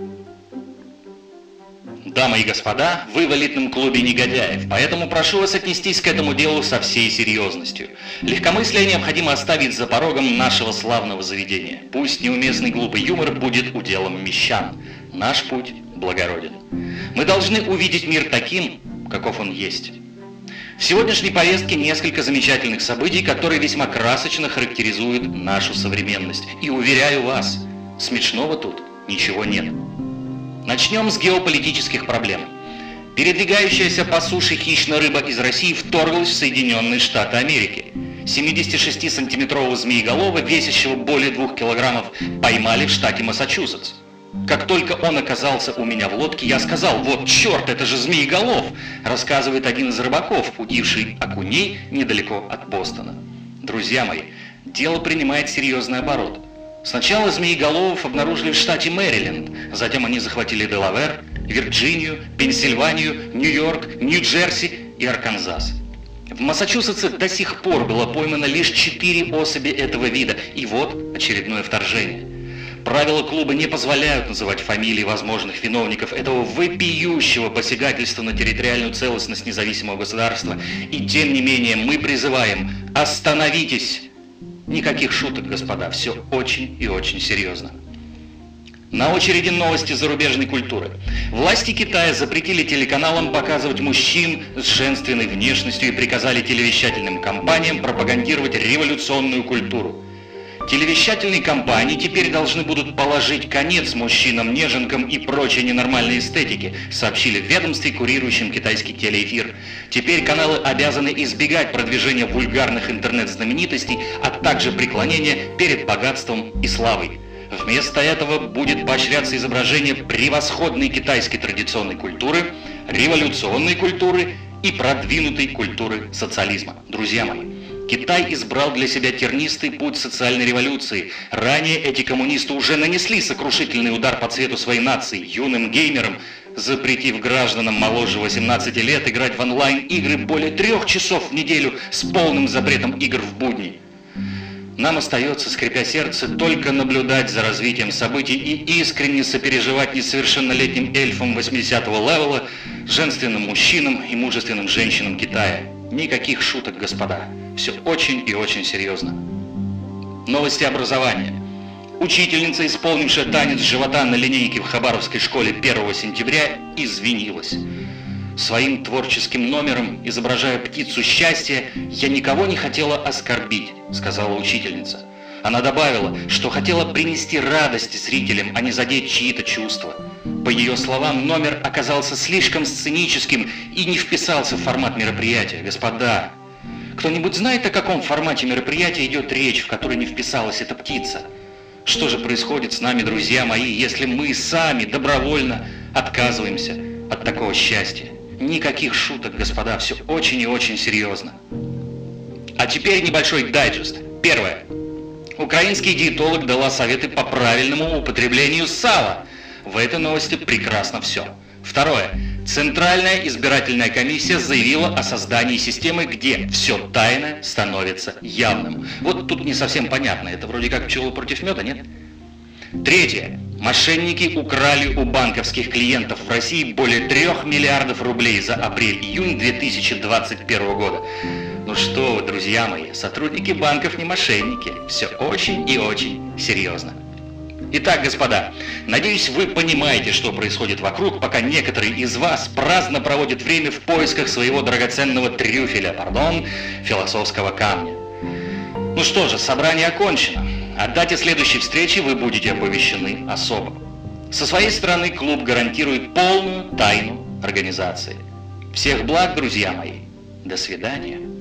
Дамы и господа, вы в элитном клубе негодяев, поэтому прошу вас отнестись к этому делу со всей серьезностью. Легкомыслие необходимо оставить за порогом нашего славного заведения. Пусть неуместный глупый юмор будет уделом мещан. Наш путь благороден. Мы должны увидеть мир таким, каков он есть. В сегодняшней повестке несколько замечательных событий, которые весьма красочно характеризуют нашу современность. И уверяю вас, смешного тут ничего нет. Начнем с геополитических проблем. Передвигающаяся по суше хищная рыба из России вторглась в Соединенные Штаты Америки. 76-сантиметрового змееголова, весящего более 2 килограммов, поймали в штате Массачусетс. Как только он оказался у меня в лодке, я сказал: «Вот черт, это же змееголов!» рассказывает один из рыбаков, удивший окуней недалеко от Бостона. Друзья мои, дело принимает серьезный оборот. Сначала змееголовов обнаружили в штате Мэриленд, затем они захватили Делавэр, Вирджинию, Пенсильванию, Нью-Йорк, Нью-Джерси и Арканзас. В Массачусетсе до сих пор было поймано лишь 4 особи этого вида, и вот очередное вторжение. Правила клуба не позволяют называть фамилии возможных виновников этого вопиющего посягательства на территориальную целостность независимого государства, и тем не менее мы призываем: остановитесь! Никаких шуток, господа, все очень и очень серьезно. На очереди новости зарубежной культуры. Власти Китая запретили телеканалам показывать мужчин с женственной внешностью и приказали телевещательным компаниям пропагандировать революционную культуру. Телевещательные компании теперь должны будут положить конец мужчинам, неженкам и прочей ненормальной эстетике, сообщили в ведомстве, курирующем китайский телеэфир. Теперь каналы обязаны избегать продвижения вульгарных интернет-знаменитостей, а также преклонения перед богатством и славой. Вместо этого будет поощряться изображение превосходной китайской традиционной культуры, революционной культуры и продвинутой культуры социализма. Друзья мои, Китай избрал для себя тернистый путь социальной революции. Ранее эти коммунисты уже нанесли сокрушительный удар по цвету своей нации, юным геймерам, запретив гражданам моложе 18 лет играть в онлайн-игры более 3 часов в неделю с полным запретом игр в будни. Нам остается, скрипя сердце, только наблюдать за развитием событий и искренне сопереживать несовершеннолетним эльфам 80-го левела, женственным мужчинам и мужественным женщинам Китая. Никаких шуток, господа. Все очень и очень серьезно. Новости образования. Учительница, исполнившая танец живота на линейке в Хабаровской школе 1 сентября, извинилась. Своим творческим номером, изображая птицу счастья, я никого не хотела оскорбить, сказала учительница. Она добавила, что хотела принести радость зрителям, а не задеть чьи-то чувства. По ее словам, номер оказался слишком сценическим и не вписался в формат мероприятия. Господа, кто-нибудь знает, о каком формате мероприятия идет речь, в которой не вписалась эта птица? Что же происходит с нами, друзья мои, если мы сами добровольно отказываемся от такого счастья? Никаких шуток, господа, все очень и очень серьезно. А теперь небольшой дайджест. Первое. Украинский диетолог дала советы по правильному употреблению сала. В этой новости прекрасно все. Второе. Центральная избирательная комиссия заявила о создании системы, где все тайное становится явным. Вот тут не совсем понятно. Это вроде как пчелы против меда, нет? Третье. Мошенники украли у банковских клиентов в России более 3 миллиардов рублей за апрель-июнь 2021 года. Ну что вы, друзья мои, сотрудники банков не мошенники. Все очень и очень серьезно. Итак, господа, надеюсь, вы понимаете, что происходит вокруг, пока некоторые из вас праздно проводят время в поисках своего драгоценного трюфеля, философского камня. Ну что же, собрание окончено. О дате следующей встречи вы будете оповещены особо. Со своей стороны клуб гарантирует полную тайну организации. Всех благ, друзья мои. До свидания.